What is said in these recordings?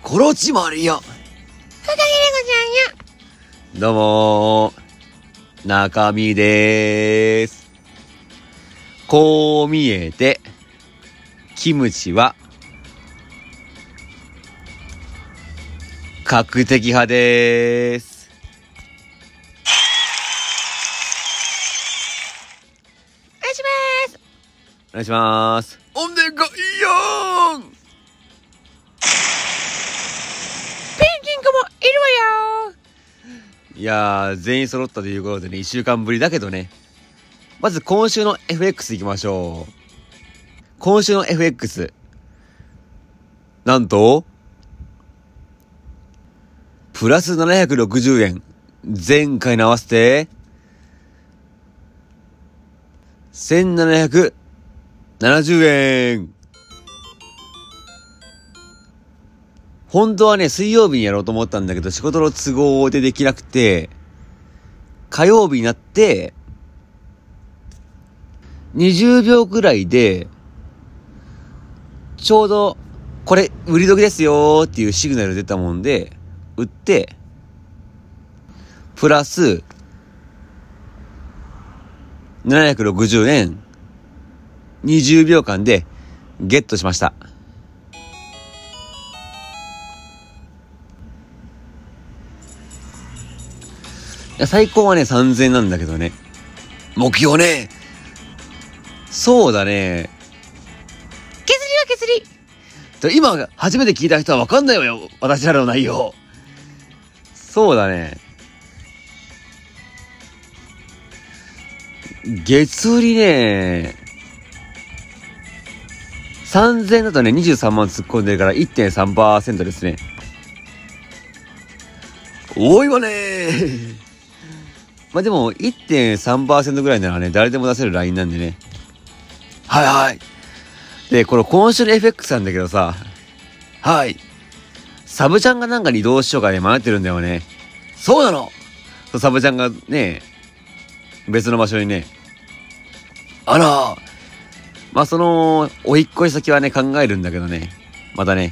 コロチマリよ。 かかげれごちゃんよ。 どうもー、中身でーす。こう見えて、キムチは、角的派でーす。 お願いします。 お願いします。お願いよーん。 いるわよいやー、全員揃ったということでね、1週間ぶりだけどね。まず今週の FX 行きましょう。今週の FX。なんと、プラス760円。前回に合わせて、1770円。本当はね、水曜日にやろうと思ったんだけど、仕事の都合でできなくて、火曜日になって、20秒くらいで、ちょうど、これ、売り時ですよーっていうシグナル出たもんで、売って、プラス、760円、20秒間で、ゲットしました。いや、最高はね、3000なんだけどね。目標ね。そうだね。 削り。 今、初めて聞いた人は分かんないわよ。私らの内容。そうだね。月売りね。3000だとね、23万突っ込んでるから 1.3% ですね。多いわね。まあ、でも 1.3% ぐらいならね、誰でも出せるラインなんでね。はいはい。で、この今週の FX なんだけどさ。はい。サブちゃんがなんかに移動しようかね、迷ってるんだよね。そうなの。サブちゃんがね、別の場所にね。あら。まあ、その、お引っ越し先はね、考えるんだけどね。またね。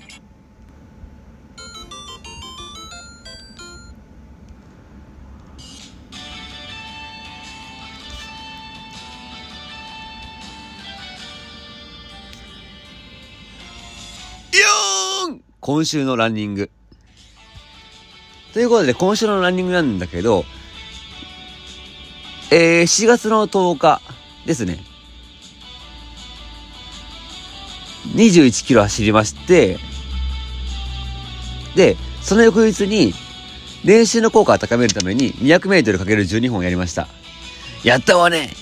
今週のランニング。ということで、今週のランニングなんだけど、4月の10日ですね。21キロ走りまして、で、その翌日に、練習の効果を高めるために、200メートル ×12 本やりました。やったわね。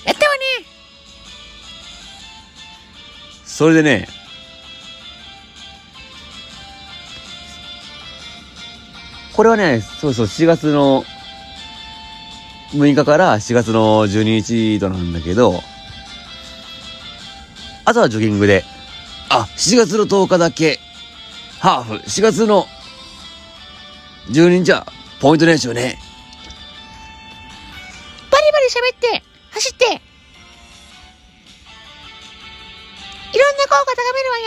それでね、これはね、そう4月の6日から4月の12日となんだけど、あとはジョギングで、4月の10日だけ、ハーフ、4月の12日はポイント練習ね。 バリバリ喋って、走って、いろんな効果高める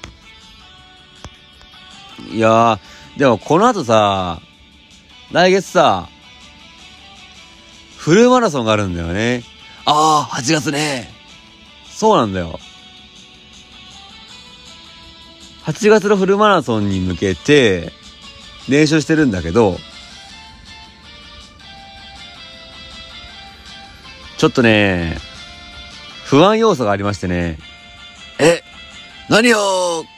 わや。 いやー、でもこの後さ、来月さ、フルマラソンがあるんだよね。8月ね。そうなんだよ。8月のフルマラソンに向けて、練習してるんだけど、ちょっとね、不安要素がありましてね。何よー。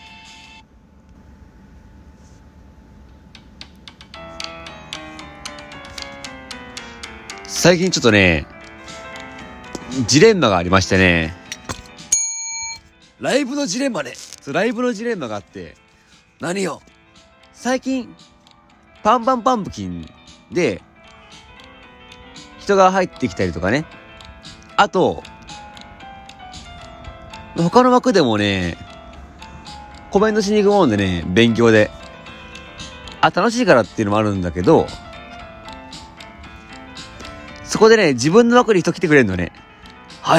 最近ちょっとね、ジレンマがありましてね。ライブのジレンマね。ライブのジレンマがあって。何よ。最近、パンパンパンプキンで、人が入ってきたりとかね。あと、他の枠でもね、コメントしに行くもんでね、勉強で。楽しいからっていうのもあるんだけど、そこでね、自分の枠に人来てくれるのね。はい。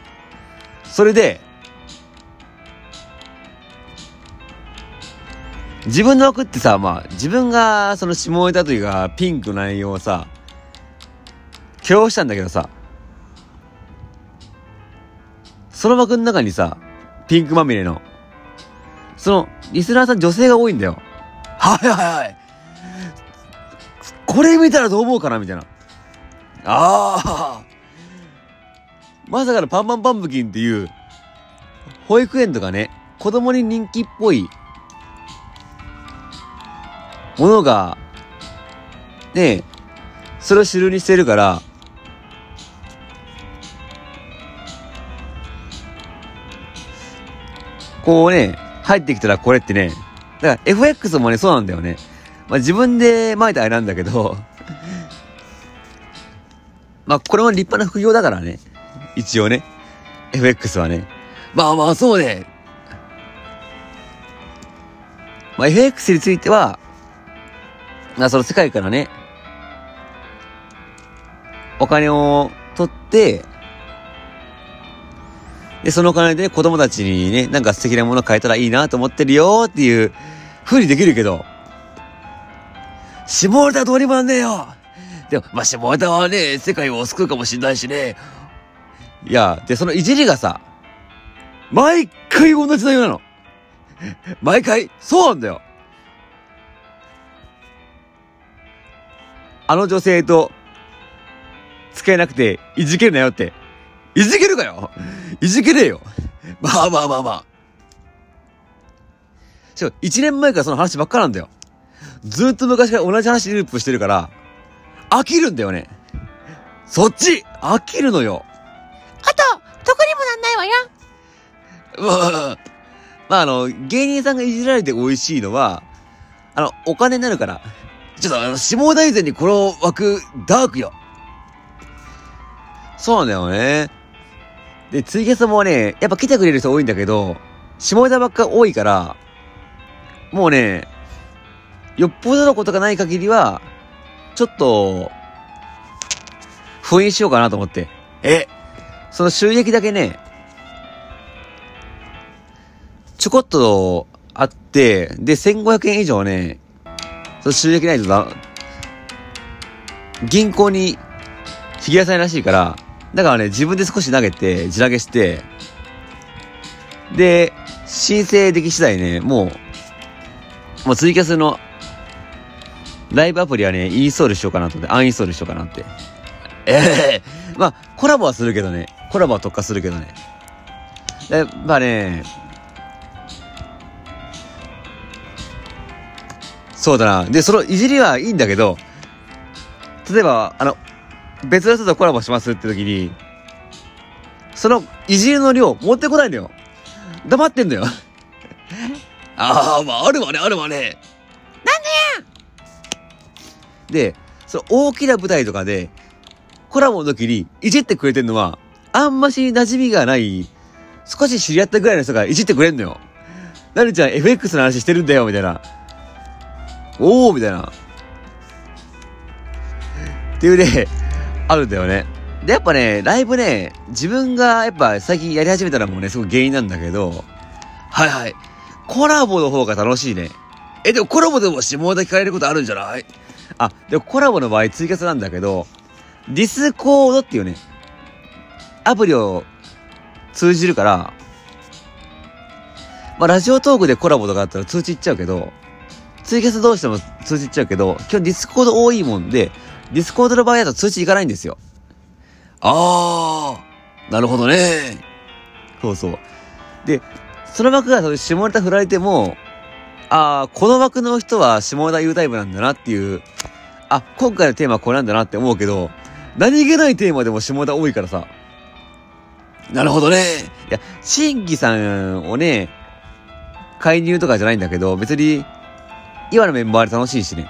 それで、 自分の枠ってさ、自分がその下ネタというか、ピンクの内容をさ、許容したんだけどさ、その枠の中にさ、ピンクまみれの、その、リスナーさん女性が多いんだよ。はいはいはい。これ見たらどう思うかなみたいな。まさかのパンパンパンプキンっていう、保育園とかね、子供に人気っぽい、ものが、ね、それを主流にしてるから、こうね、入ってきたらこれってね、だから FX もね、そうなんだよね。自分で巻いたあれなんだけど、これも立派な副業だからね。一応ね。FX はね。そうね。FX については、その世界からね、お金を取って、で、そのお金で子供たちにね、なんか素敵なもの買えたらいいなと思ってるよっていう風にできるけど、下ネタはどうにもなんねえよ。でも、下ネタはね、世界を救うかもしんないしね。いや、で、そのいじりがさ、毎回同じ内容なの。毎回、そうなんだよ。あの女性と、付き合えなくて、いじけるなよって。いじけるかよ。いじけねえよ。1年前からその話ばっかなんだよ。ずっと昔から同じ話ループしてるから、飽きるんだよね。そっち飽きるのよ。 あと、得にもなんないわよ。芸人さんがいじられて美味しいのは、お金になるから。ちょっと下大前にこの枠、ダークよ。そうなんだよね。で、ツイキャスもね、やっぱ来てくれる人多いんだけど、下ネタばっか多いから、もうね、よっぽどのことがない限りは、ちょっと、封印しようかなと思って。その収益だけね、ちょこっとあって、で、1500円以上ね、その収益ないと銀行に引き出さないらしいから、だからね、自分で少し投げて、地投げして、で、申請でき次第ね、もうツイキャスのライブアプリはね、インストールしようかなと思って、アンインストールしようかなって。コラボはするけどね。コラボは特化するけどね。そうだな。で、そのいじりはいいんだけど、例えば、別の人とコラボしますって時に、そのいじりの量持ってこないんだよ。黙ってんだよ。あるわね。 なんでやで、その大きな舞台とかで、コラボの時にいじってくれてんのは、あんまし馴染みがない、少し知り合ったぐらいの人がいじってくれんのよ。なるちゃん FX の話してるんだよ、みたいな。みたいな。っていうね、あるんだよね。で、やっぱね、ライブね、自分がやっぱ最近やり始めたらもうね、すごい原因なんだけど、コラボの方が楽しいね。でもコラボでも下ネタ聞かれることあるんじゃない？でもコラボの場合ツイキャスなんだけど、ディスコードっていうね、アプリを通じるから、ラジオトークでコラボとかあったら通知いっちゃうけど、ツイキャス同士でも通知いっちゃうけど、基本ディスコード多いもんで、ディスコードの場合だと通知いかないんですよ。なるほどね。そうそう。で、その枠が下ネタ振られても、この枠の人は下ネタ言うタイプなんだなっていう、今回のテーマはこれなんだなって思うけど、何気ないテーマでも下ネタ多いからさ。なるほどね。いや、新規さんをね、介入とかじゃないんだけど、別に、今のメンバーで楽しいしね。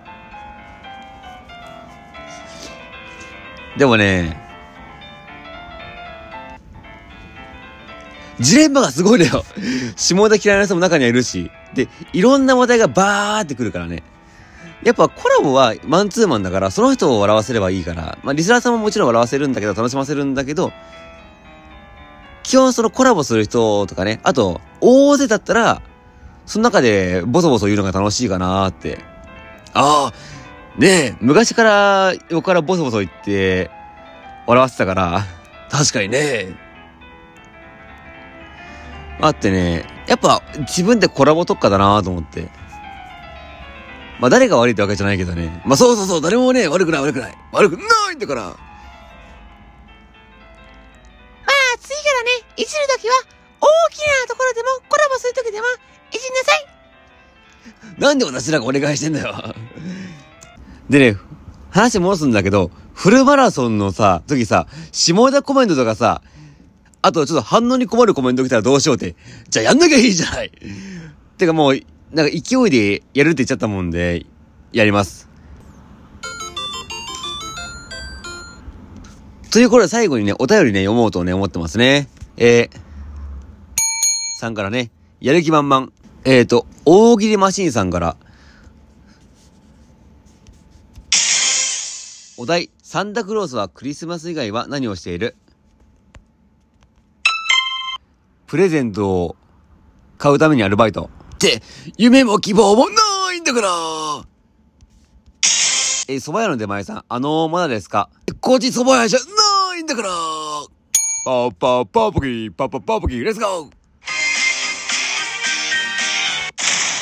でもね、ジレンマがすごいのよ。下ネタ嫌いな人も中にはいるし。で、いろんな話題がバーってくるからね。やっぱコラボはマンツーマンだから、その人を笑わせればいいから、リスナーさんももちろん笑わせるんだけど、楽しませるんだけど、基本そのコラボする人とかね、あと、大勢だったら、 その中でボソボソ言うのが楽しいかなーって。ああ、ねえ、昔から横からボソボソ言って笑わせてたから、確かにね。あってね、やっぱ自分でコラボ特化だなと思って。まあ誰が悪いってわけじゃないけどね。まあそう、誰もね、悪くない。悪くないんだから。まあ次からね、いじるときは、大きなところでも、コラボするときでも、いじんなさい。 なんで私らがお願いしてんだよ。でね、話戻すんだけど、フルマラソンのさ、時さ、下ネタコメントとかさ、あとちょっと反応に困るコメント来たらどうしようって。じゃあやんなきゃいいじゃない。てかもう、なんか勢いでやるって言っちゃったもんで、やります。ということで最後にね、お便りね、読もうとね、思ってますね。さんからね、やる気満々。大喜利マシンさんから、お題、サンタクロースはクリスマス以外は何をしている？プレゼントを買うためにアルバイト。って、夢も希望もないんだから。蕎麦屋の出前さん、まだですか？こっち蕎麦屋じゃないんだから。パーポキー、レッツゴー。